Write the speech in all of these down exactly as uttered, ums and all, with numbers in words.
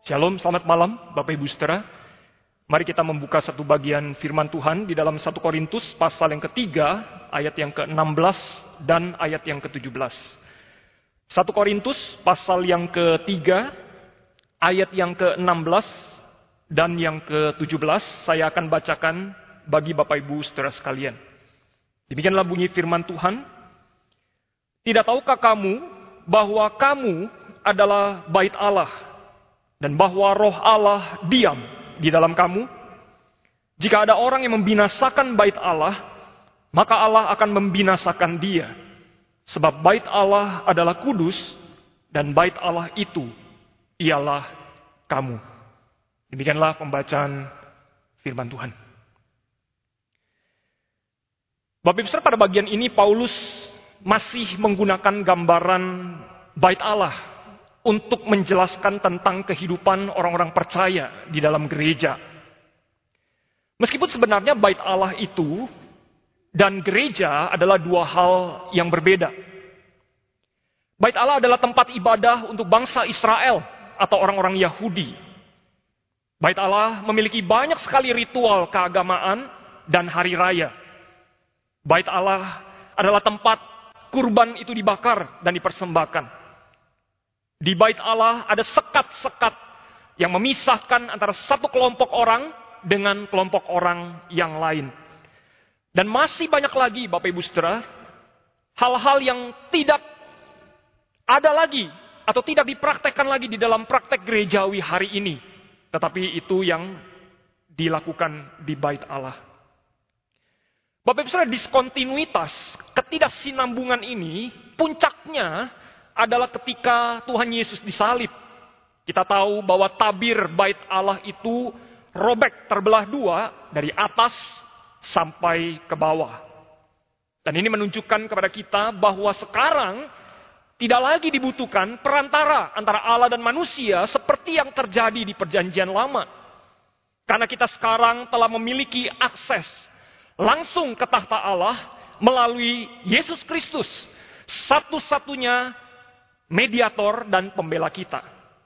Shalom, selamat malam Bapak Ibu Saudara. Mari kita membuka satu bagian firman Tuhan di dalam satu Korintus pasal yang ketiga, ayat yang ke enam belas dan ayat yang ke tujuh belas. satu Korintus pasal yang ketiga, ayat yang ke enam belas dan yang ke tujuh belas, saya akan bacakan bagi Bapak Ibu Saudara sekalian. Demikianlah bunyi firman Tuhan. Tidak tahukah kamu bahwa kamu adalah bait Allah, dan bahwa roh Allah diam di dalam kamu? Jika ada orang yang membinasakan bait Allah, maka Allah akan membinasakan dia. Sebab bait Allah adalah kudus, dan bait Allah itu ialah kamu. Demikianlah pembacaan firman Tuhan. Bapak Ibu Saudara, pada bagian ini Paulus masih menggunakan gambaran bait Allah untuk menjelaskan tentang kehidupan orang-orang percaya di dalam gereja. Meskipun sebenarnya bait Allah itu dan gereja adalah dua hal yang berbeda. Bait Allah adalah tempat ibadah untuk bangsa Israel atau orang-orang Yahudi. Bait Allah memiliki banyak sekali ritual keagamaan dan hari raya. Bait Allah adalah tempat kurban itu dibakar dan dipersembahkan. Di bait Allah ada sekat-sekat yang memisahkan antara satu kelompok orang dengan kelompok orang yang lain. Dan masih banyak lagi Bapak Ibu Saudara, hal-hal yang tidak ada lagi atau tidak dipraktekkan lagi di dalam praktek gerejawi hari ini. Tetapi itu yang dilakukan di bait Allah. Bapak Ibu Saudara, diskontinuitas, ketidaksinambungan ini puncaknya adalah ketika Tuhan Yesus disalib. Kita tahu bahwa tabir bait Allah itu robek, terbelah dua dari atas sampai ke bawah. Dan ini menunjukkan kepada kita bahwa sekarang tidak lagi dibutuhkan perantara antara Allah dan manusia seperti yang terjadi di Perjanjian Lama. Karena kita sekarang telah memiliki akses langsung ke tahta Allah melalui Yesus Kristus, satu-satunya mediator dan pembela kita.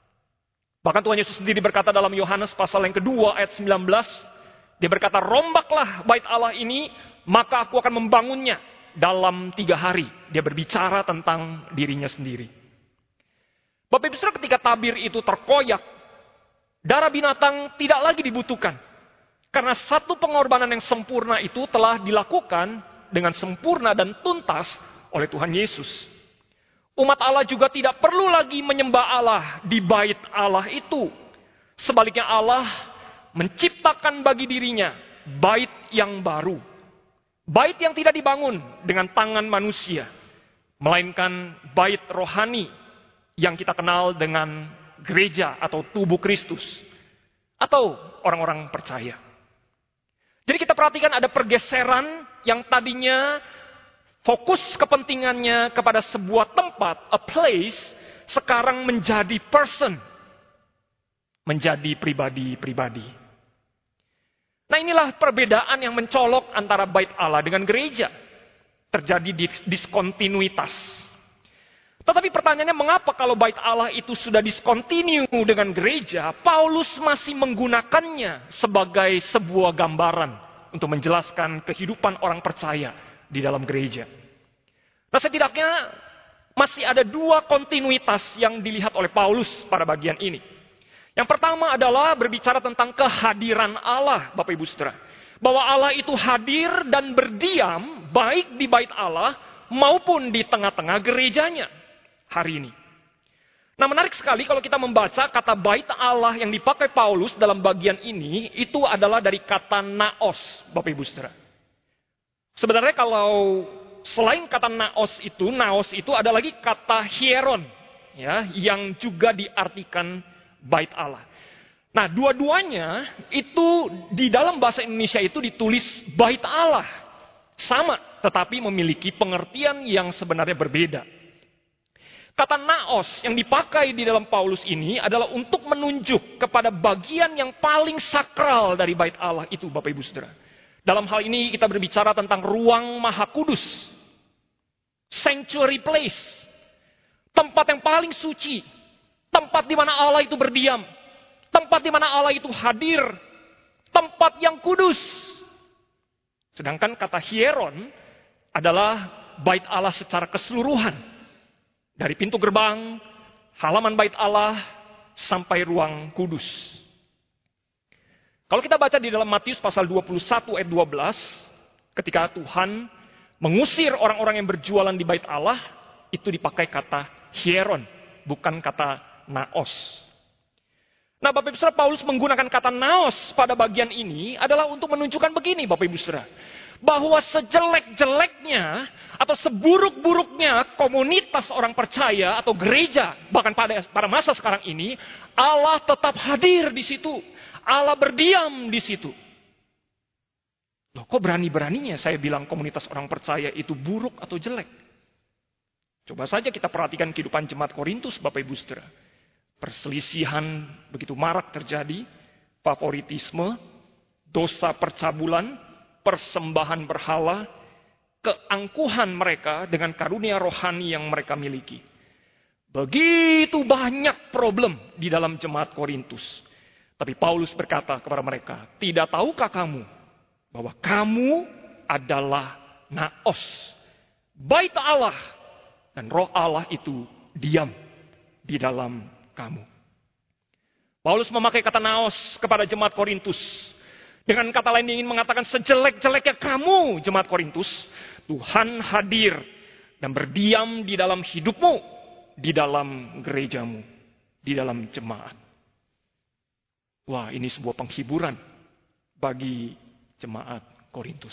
Bahkan Tuhan Yesus sendiri berkata dalam Yohanes pasal yang kedua ayat sembilan belas, dia berkata, rombaklah bait Allah ini, maka aku akan membangunnya dalam tiga hari. Dia berbicara tentang dirinya sendiri. Bapak Ibu Saudara, ketika tabir itu terkoyak, darah binatang tidak lagi dibutuhkan. Karena satu pengorbanan yang sempurna itu telah dilakukan dengan sempurna dan tuntas oleh Tuhan Yesus. Umat Allah juga tidak perlu lagi menyembah Allah di bait Allah itu. Sebaliknya Allah menciptakan bagi dirinya bait yang baru. Bait yang tidak dibangun dengan tangan manusia. Melainkan bait rohani yang kita kenal dengan gereja atau tubuh Kristus. Atau orang-orang percaya. Jadi kita perhatikan ada pergeseran yang tadinya fokus kepentingannya kepada sebuah tempat, a place, sekarang menjadi person. Menjadi pribadi-pribadi. Nah, inilah perbedaan yang mencolok antara bait Allah dengan gereja. Terjadi diskontinuitas. Tetapi pertanyaannya, mengapa kalau bait Allah itu sudah diskontinu dengan gereja, Paulus masih menggunakannya sebagai sebuah gambaran untuk menjelaskan kehidupan orang percaya di dalam gereja. Nah, setidaknya masih ada dua kontinuitas yang dilihat oleh Paulus pada bagian ini. Yang pertama adalah berbicara tentang kehadiran Allah, Bapak Ibu Saudara. Bahwa Allah itu hadir dan berdiam baik di bait Allah maupun di tengah-tengah gerejanya hari ini. Nah, menarik sekali kalau kita membaca kata bait Allah yang dipakai Paulus dalam bagian ini, itu adalah dari kata naos, Bapak Ibu Saudara. Sebenarnya kalau selain kata naos itu, naos itu ada lagi kata hieron, ya, yang juga diartikan bait Allah. Nah, dua-duanya itu di dalam bahasa Indonesia itu ditulis bait Allah. Sama, tetapi memiliki pengertian yang sebenarnya berbeda. Kata naos yang dipakai di dalam Paulus ini adalah untuk menunjuk kepada bagian yang paling sakral dari bait Allah itu, Bapak Ibu Saudara. Dalam hal ini kita berbicara tentang ruang maha kudus. Sanctuary place. Tempat yang paling suci. Tempat di mana Allah itu berdiam. tempat di mana Allah itu hadir, tempat yang kudus. Sedangkan kata hieron adalah bait Allah secara keseluruhan. Dari pintu gerbang, halaman bait Allah, sampai ruang kudus. Kalau kita baca di dalam Matius pasal dua puluh satu ayat dua belas, ketika Tuhan mengusir orang-orang yang berjualan di bait Allah, itu dipakai kata hieron, bukan kata naos. Nah, Bapak Ibu Saudara, Paulus menggunakan kata naos pada bagian ini adalah untuk menunjukkan begini, Bapak Ibu Saudara, bahwa sejelek-jeleknya atau seburuk-buruknya komunitas orang percaya atau gereja, bahkan pada pada masa sekarang ini, Allah tetap hadir di situ. Allah berdiam di situ. Loh, kok berani-beraninya saya bilang komunitas orang percaya itu buruk atau jelek? Coba saja kita perhatikan kehidupan jemaat Korintus, Bapak Ibu Saudara. Perselisihan begitu marak terjadi, favoritisme, dosa percabulan, persembahan berhala, keangkuhan mereka dengan karunia rohani yang mereka miliki. Begitu banyak problem di dalam jemaat Korintus. Tapi Paulus berkata kepada mereka, tidak tahukah kamu bahwa kamu adalah naos, bait Allah, dan roh Allah itu diam di dalam kamu. Paulus memakai kata naos kepada jemaat Korintus. Dengan kata lain ingin mengatakan sejelek-jeleknya kamu, jemaat Korintus, Tuhan hadir dan berdiam di dalam hidupmu, di dalam gerejamu, di dalam jemaat. Wah, ini sebuah penghiburan bagi jemaat Korintus.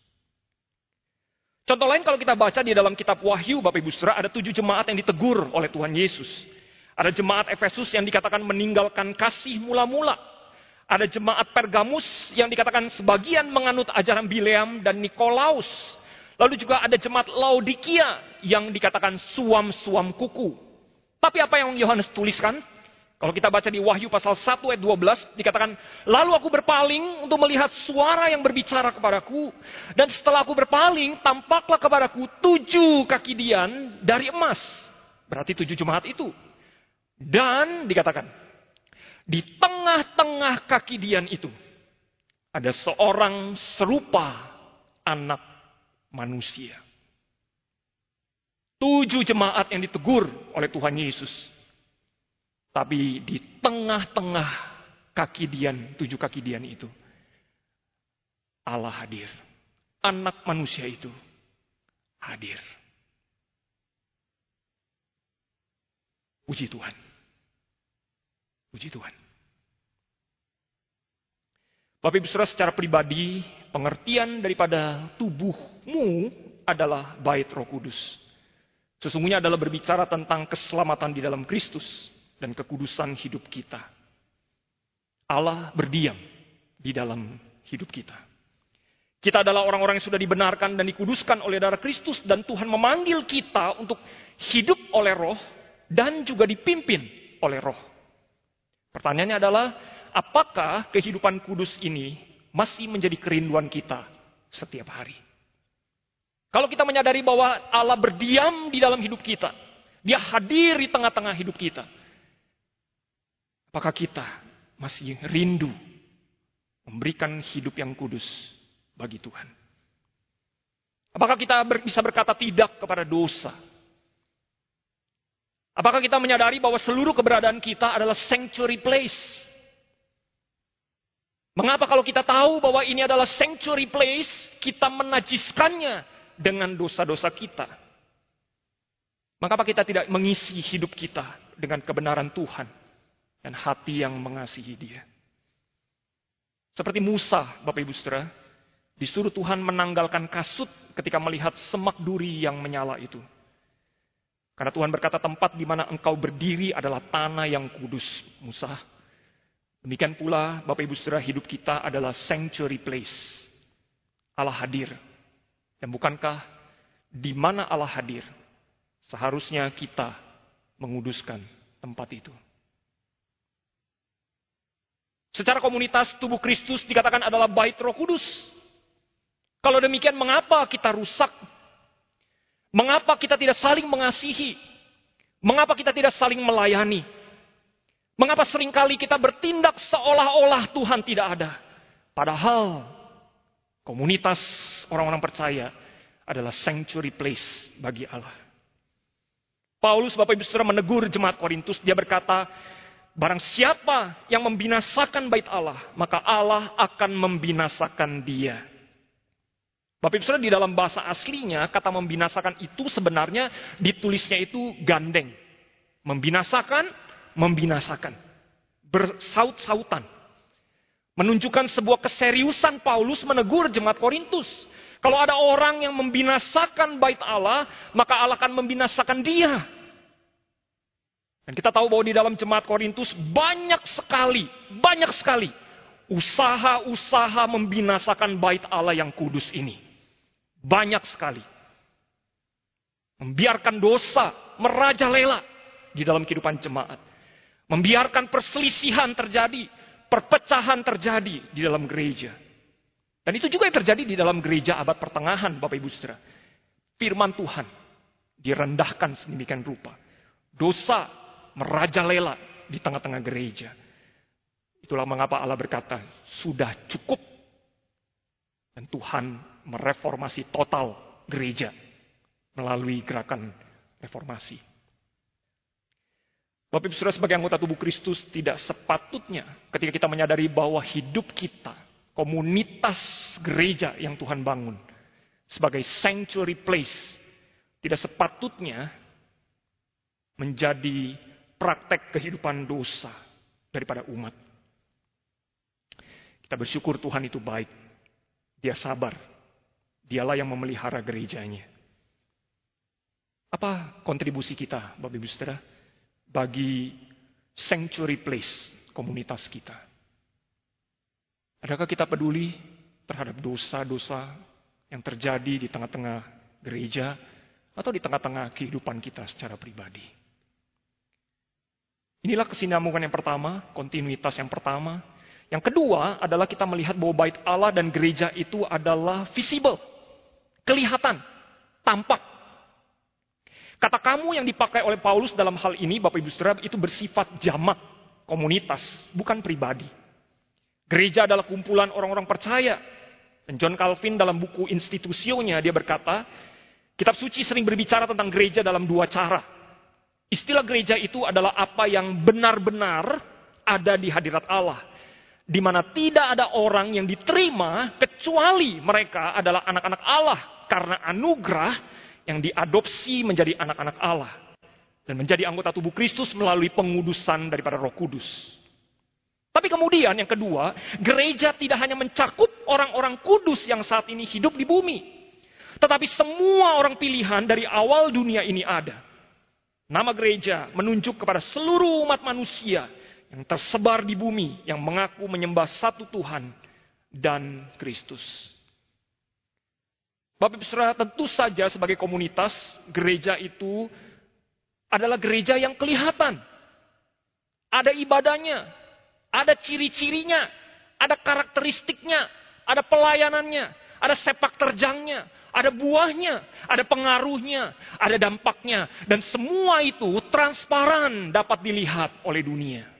Contoh lain kalau kita baca di dalam kitab Wahyu, Bapak Ibu Saudara, ada tujuh jemaat yang ditegur oleh Tuhan Yesus. Ada jemaat Efesus yang dikatakan meninggalkan kasih mula-mula. Ada jemaat Pergamus yang dikatakan sebagian menganut ajaran Bileam dan Nikolaus. Lalu juga ada jemaat Laodikia yang dikatakan suam-suam kuku. Tapi apa yang Yohanes tuliskan? Kalau kita baca di Wahyu pasal satu ayat dua belas, dikatakan, lalu aku berpaling untuk melihat suara yang berbicara kepadaku. Dan setelah aku berpaling, tampaklah kepadaku tujuh kaki dian dari emas. Berarti tujuh jemaat itu. Dan dikatakan, di tengah-tengah kaki dian itu, ada seorang serupa anak manusia. Tujuh jemaat yang ditegur oleh Tuhan Yesus. Tapi di tengah-tengah kaki dian, tujuh kaki dian itu, Allah hadir. Anak manusia itu hadir. Puji Tuhan. Puji Tuhan. Bapak Ibu Saudara, secara pribadi, pengertian daripada tubuhmu adalah bait Roh Kudus. Sesungguhnya adalah berbicara tentang keselamatan di dalam Kristus dan kekudusan hidup kita. Allah berdiam di dalam hidup kita. Kita adalah orang-orang yang sudah dibenarkan dan dikuduskan oleh darah Kristus, dan Tuhan memanggil kita untuk hidup oleh Roh dan juga dipimpin oleh Roh. Pertanyaannya adalah, apakah kehidupan kudus ini masih menjadi kerinduan kita setiap hari? Kalau kita menyadari bahwa Allah berdiam di dalam hidup kita, Dia hadir di tengah-tengah hidup kita, apakah kita masih rindu memberikan hidup yang kudus bagi Tuhan? Apakah kita bisa berkata tidak kepada dosa? Apakah kita menyadari bahwa seluruh keberadaan kita adalah sanctuary place? Mengapa kalau kita tahu bahwa ini adalah sanctuary place, kita menajiskannya dengan dosa-dosa kita? Mengapa kita tidak mengisi hidup kita dengan kebenaran Tuhan dan hati yang mengasihi Dia? Seperti Musa, Bapak Ibu Saudara, disuruh Tuhan menanggalkan kasut ketika melihat semak duri yang menyala itu. Karena Tuhan berkata, tempat di mana engkau berdiri adalah tanah yang kudus, Musa. Demikian pula, Bapak Ibu Saudara, hidup kita adalah sanctuary place. Allah hadir. Dan bukankah di mana Allah hadir, seharusnya kita menguduskan tempat itu? Secara komunitas tubuh Kristus dikatakan adalah bait Roh Kudus. Kalau demikian, mengapa kita rusak? Mengapa kita tidak saling mengasihi? Mengapa kita tidak saling melayani? Mengapa seringkali kita bertindak seolah-olah Tuhan tidak ada? Padahal komunitas orang-orang percaya adalah sanctuary place bagi Allah. Paulus, Bapak Ibu Saudara, menegur jemaat Korintus. Dia berkata, barang siapa yang membinasakan bait Allah, maka Allah akan membinasakan dia. Bapak Ibu Saudara, di dalam bahasa aslinya, kata membinasakan itu sebenarnya ditulisnya itu gandeng. Membinasakan, membinasakan. Bersaut-sautan. Menunjukkan sebuah keseriusan Paulus menegur jemaat Korintus. Kalau ada orang yang membinasakan bait Allah, maka Allah akan membinasakan dia. Dan kita tahu bahwa di dalam jemaat Korintus banyak sekali, banyak sekali usaha-usaha membinasakan bait Allah yang kudus ini. Banyak sekali. Membiarkan dosa merajalela di dalam kehidupan jemaat. Membiarkan perselisihan terjadi, perpecahan terjadi di dalam gereja. Dan itu juga yang terjadi di dalam gereja abad pertengahan, Bapak Ibu Saudara. Firman Tuhan direndahkan sedemikian rupa. Dosa merajalela di tengah-tengah gereja. Itulah mengapa Allah berkata, sudah cukup. Dan Tuhan mereformasi total gereja melalui gerakan reformasi. Bapak Ibu Saudara, sebagai anggota tubuh Kristus, tidak sepatutnya ketika kita menyadari bahwa hidup kita, komunitas gereja yang Tuhan bangun sebagai sanctuary place, tidak sepatutnya menjadi praktek kehidupan dosa daripada umat. Kita bersyukur Tuhan itu baik. Dia sabar. Dialah yang memelihara gerejanya. Apa kontribusi kita, Bapak Ibu Saudara, bagi sanctuary place komunitas kita? Adakah kita peduli terhadap dosa-dosa yang terjadi di tengah-tengah gereja atau di tengah-tengah kehidupan kita secara pribadi? Inilah kesinambungan yang pertama, kontinuitas yang pertama. Yang kedua adalah kita melihat bahwa bait Allah dan gereja itu adalah visible, kelihatan, tampak. Kata kamu yang dipakai oleh Paulus dalam hal ini, Bapak Ibu Saudara, itu bersifat jamak, komunitas, bukan pribadi. Gereja adalah kumpulan orang-orang percaya. Dan John Calvin dalam buku Institusionya, dia berkata, kitab suci sering berbicara tentang gereja dalam dua cara. Istilah gereja itu adalah apa yang benar-benar ada di hadirat Allah. Di mana tidak ada orang yang diterima kecuali mereka adalah anak-anak Allah. Karena anugerah yang diadopsi menjadi anak-anak Allah. Dan menjadi anggota tubuh Kristus melalui pengudusan daripada Roh Kudus. Tapi kemudian yang kedua, gereja tidak hanya mencakup orang-orang kudus yang saat ini hidup di bumi. Tetapi semua orang pilihan dari awal dunia ini ada. Nama gereja menunjuk kepada seluruh umat manusia yang tersebar di bumi, yang mengaku menyembah satu Tuhan dan Kristus. Bapak Ibu Saudara, tentu saja sebagai komunitas, gereja itu adalah gereja yang kelihatan. Ada ibadahnya. Ada ciri-cirinya, ada karakteristiknya, ada pelayanannya, ada sepak terjangnya, ada buahnya, ada pengaruhnya, ada dampaknya. Dan semua itu transparan dapat dilihat oleh dunia.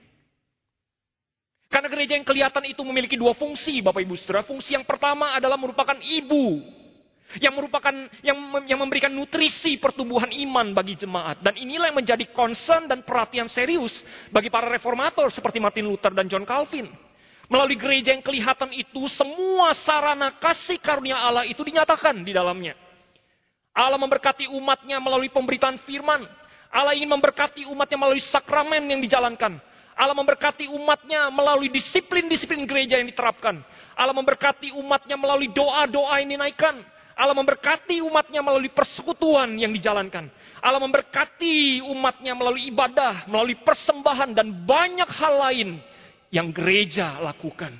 Karena gereja yang kelihatan itu memiliki dua fungsi, Bapak Ibu Saudara. Fungsi yang pertama adalah merupakan ibu. Yang merupakan yang, yang memberikan nutrisi pertumbuhan iman bagi jemaat. Dan inilah yang menjadi concern dan perhatian serius bagi para reformator seperti Martin Luther dan John Calvin. Melalui gereja yang kelihatan itu, semua sarana kasih karunia Allah itu dinyatakan di dalamnya. Allah memberkati umatnya melalui pemberitaan firman. Allah ingin memberkati umatnya melalui sakramen yang dijalankan. Allah memberkati umatnya melalui disiplin-disiplin gereja yang diterapkan. Allah memberkati umatnya melalui doa-doa yang dinaikkan. Allah memberkati umatnya melalui persekutuan yang dijalankan. Allah memberkati umatnya melalui ibadah, melalui persembahan, dan banyak hal lain yang gereja lakukan.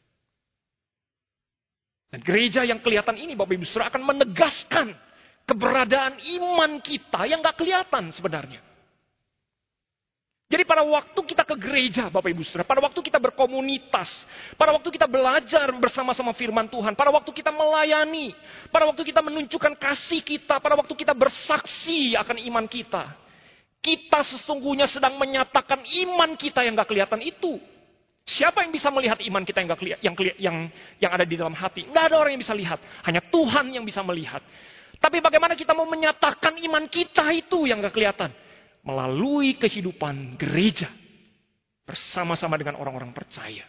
Dan gereja yang kelihatan ini, Bapak Ibu Saudara, akan menegaskan keberadaan iman kita yang gak kelihatan sebenarnya. Jadi pada waktu kita ke gereja, Bapak Ibu Saudara, pada waktu kita berkomunitas, pada waktu kita belajar bersama-sama firman Tuhan, pada waktu kita melayani, pada waktu kita menunjukkan kasih kita, pada waktu kita bersaksi akan iman kita, Kita sesungguhnya sedang menyatakan iman kita yang gak kelihatan itu. Siapa yang bisa melihat iman kita yang gak kelihatan, yang, yang, yang ada di dalam hati? Gak ada orang yang bisa lihat. Hanya Tuhan yang bisa melihat. Tapi bagaimana kita mau menyatakan iman kita itu yang gak kelihatan? Melalui kehidupan gereja. Bersama-sama dengan orang-orang percaya.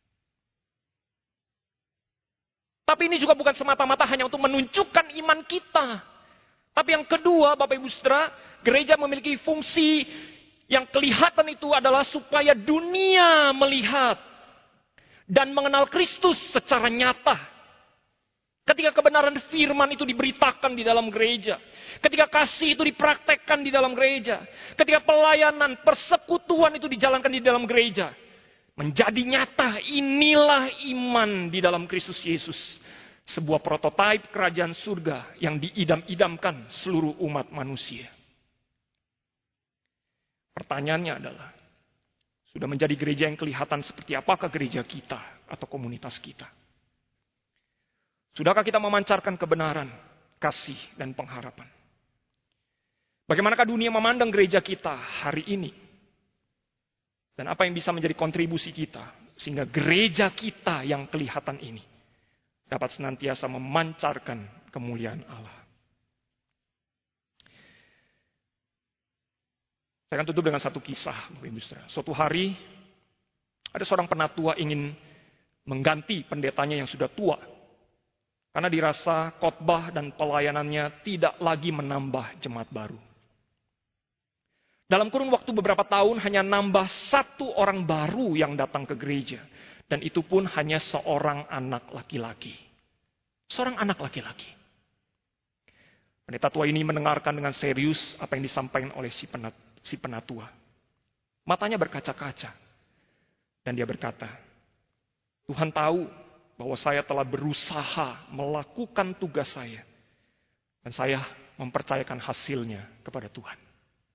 Tapi ini juga bukan semata-mata hanya untuk menunjukkan iman kita. Tapi yang kedua, Bapak Ibu Saudara, gereja memiliki fungsi yang kelihatan itu adalah supaya dunia melihat dan mengenal Kristus secara nyata. Ketika kebenaran firman itu diberitakan di dalam gereja. Ketika kasih itu dipraktekkan di dalam gereja. Ketika pelayanan, persekutuan itu dijalankan di dalam gereja. Menjadi nyata, inilah iman di dalam Kristus Yesus. Sebuah prototipe kerajaan surga yang diidam-idamkan seluruh umat manusia. Pertanyaannya adalah, sudah menjadi gereja yang kelihatan seperti apakah gereja kita atau komunitas kita? Sudahkah kita memancarkan kebenaran, kasih, dan pengharapan? Bagaimanakah dunia memandang gereja kita hari ini? Dan apa yang bisa menjadi kontribusi kita sehingga gereja kita yang kelihatan ini dapat senantiasa memancarkan kemuliaan Allah. Saya akan tutup dengan satu kisah, Bapak Ibu Saudara. Suatu hari ada seorang penatua ingin mengganti pendetanya yang sudah tua karena dirasa khotbah dan pelayanannya tidak lagi menambah jemaat baru. Dalam kurun waktu beberapa tahun hanya nambah satu orang baru yang datang ke gereja. Dan itu pun hanya seorang anak laki-laki. Seorang anak laki-laki. Pendeta tua ini mendengarkan dengan serius apa yang disampaikan oleh si, penat, si penatua. Matanya berkaca-kaca. Dan dia berkata, Tuhan tahu bahwa saya telah berusaha melakukan tugas saya. Dan saya mempercayakan hasilnya kepada Tuhan.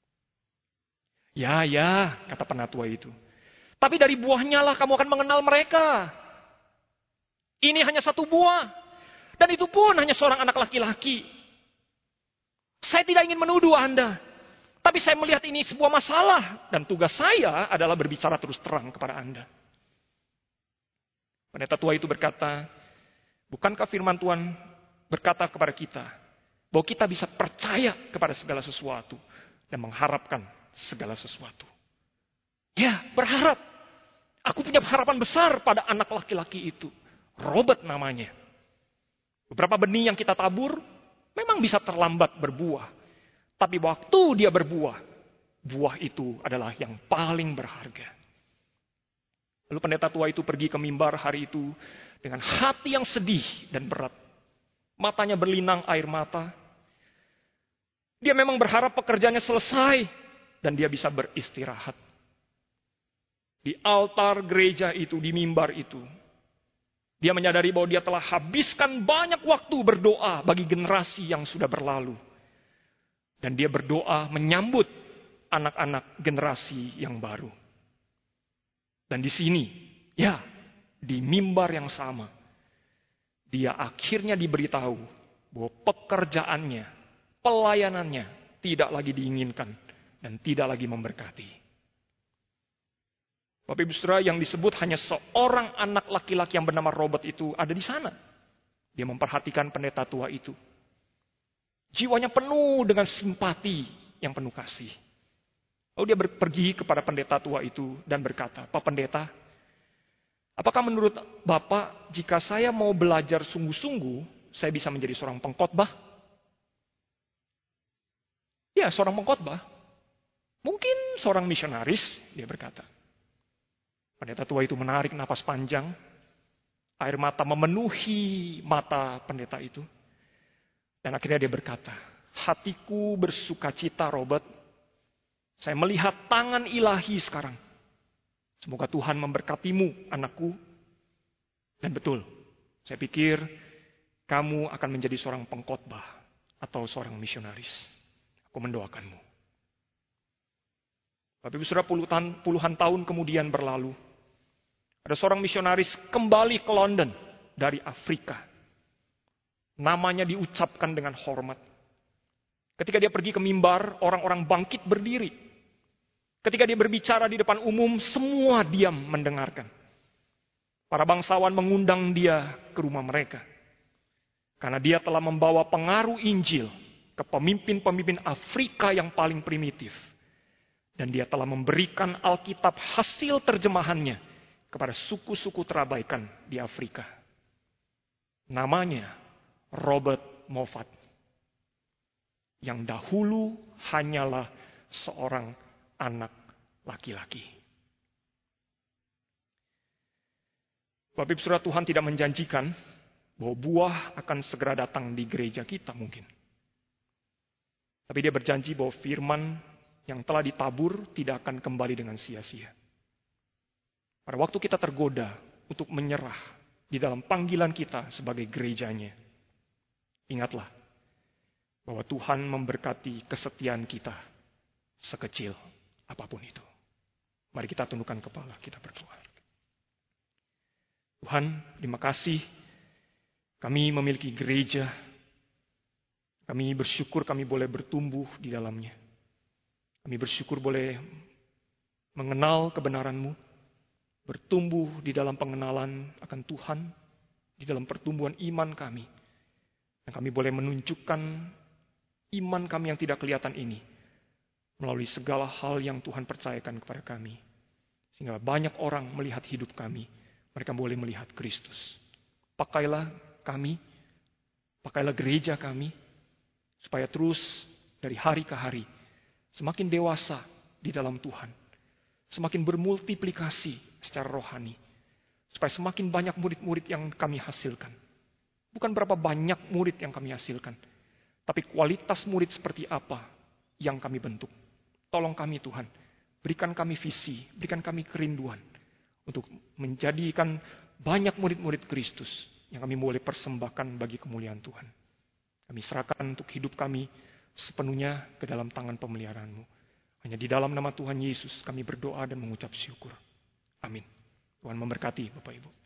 Ya, ya, kata penatua itu. Tapi dari buahnya lah kamu akan mengenal mereka. Ini hanya satu buah. Dan itu pun hanya seorang anak laki-laki. Saya tidak ingin menuduh Anda. Tapi saya melihat ini sebuah masalah. Dan tugas saya adalah berbicara terus terang kepada Anda. Pendeta tua itu berkata, bukankah firman Tuhan berkata kepada kita, bahwa kita bisa percaya kepada segala sesuatu. Dan mengharapkan segala sesuatu. Ya, berharap. Aku punya harapan besar pada anak laki-laki itu. Robert namanya. Beberapa benih yang kita tabur memang bisa terlambat berbuah. Tapi waktu dia berbuah, buah itu adalah yang paling berharga. Lalu pendeta tua itu pergi ke mimbar hari itu dengan hati yang sedih dan berat. Matanya berlinang air mata. Dia memang berharap pekerjaannya selesai. Dan dia bisa beristirahat. Di altar gereja itu, di mimbar itu. Dia menyadari bahwa dia telah habiskan banyak waktu berdoa bagi generasi yang sudah berlalu. Dan dia berdoa menyambut anak-anak generasi yang baru. Dan di sini, ya, di mimbar yang sama. Dia akhirnya diberitahu bahwa pekerjaannya, pelayanannya tidak lagi diinginkan. Dan tidak lagi memberkati. Bapak Ibu Saudara, yang disebut hanya seorang anak laki-laki yang bernama Robert itu ada di sana. Dia memperhatikan pendeta tua itu. Jiwanya penuh dengan simpati yang penuh kasih. Lalu dia pergi kepada pendeta tua itu dan berkata, Pak Pendeta, apakah menurut Bapak jika saya mau belajar sungguh-sungguh, saya bisa menjadi seorang pengkhotbah? Ya, seorang pengkhotbah. Mungkin seorang misionaris, dia berkata. Pendeta tua itu menarik napas panjang. Air mata memenuhi mata pendeta itu. Dan akhirnya dia berkata, hatiku bersukacita Robert. Saya melihat tangan ilahi sekarang. Semoga Tuhan memberkatimu anakku. Dan betul, saya pikir kamu akan menjadi seorang pengkhotbah atau seorang misionaris. Aku mendoakanmu. Bapak Ibu Saudara, puluhan, puluhan tahun kemudian berlalu. Ada seorang misionaris kembali ke London dari Afrika. Namanya diucapkan dengan hormat. Ketika dia pergi ke mimbar, orang-orang bangkit berdiri. Ketika dia berbicara di depan umum, semua diam mendengarkan. Para bangsawan mengundang dia ke rumah mereka. Karena dia telah membawa pengaruh Injil ke pemimpin-pemimpin Afrika yang paling primitif. Dan dia telah memberikan Alkitab hasil terjemahannya kepada suku-suku terabaikan di Afrika. Namanya Robert Moffat. Yang dahulu hanyalah seorang anak laki-laki. Bapak Ibu Saudara, Tuhan tidak menjanjikan bahwa buah akan segera datang di gereja kita mungkin. Tapi dia berjanji bahwa firman yang telah ditabur tidak akan kembali dengan sia-sia. Pada waktu kita tergoda untuk menyerah di dalam panggilan kita sebagai gerejanya, ingatlah bahwa Tuhan memberkati kesetiaan kita sekecil apapun itu. Mari kita tundukkan kepala, kita berdoa. Tuhan, terima kasih kami memiliki gereja. Kami bersyukur kami boleh bertumbuh di dalamnya. Kami bersyukur boleh mengenal kebenaran-Mu, bertumbuh di dalam pengenalan akan Tuhan, di dalam pertumbuhan iman kami. Dan kami boleh menunjukkan iman kami yang tidak kelihatan ini melalui segala hal yang Tuhan percayakan kepada kami. Sehingga banyak orang melihat hidup kami, mereka boleh melihat Kristus. Pakailah kami, pakailah gereja kami, supaya terus dari hari ke hari semakin dewasa di dalam Tuhan. Semakin bermultiplikasi secara rohani. Supaya semakin banyak murid-murid yang kami hasilkan. Bukan berapa banyak murid yang kami hasilkan, tapi kualitas murid seperti apa yang kami bentuk. Tolong kami Tuhan, berikan kami visi, berikan kami kerinduan untuk menjadikan banyak murid-murid Kristus yang kami boleh persembahkan bagi kemuliaan Tuhan. Kami serahkan untuk hidup kami sepenuhnya ke dalam tangan pemeliharaan-Mu. Hanya di dalam nama Tuhan Yesus kami berdoa dan mengucap syukur. Amin. Tuhan memberkati Bapak Ibu.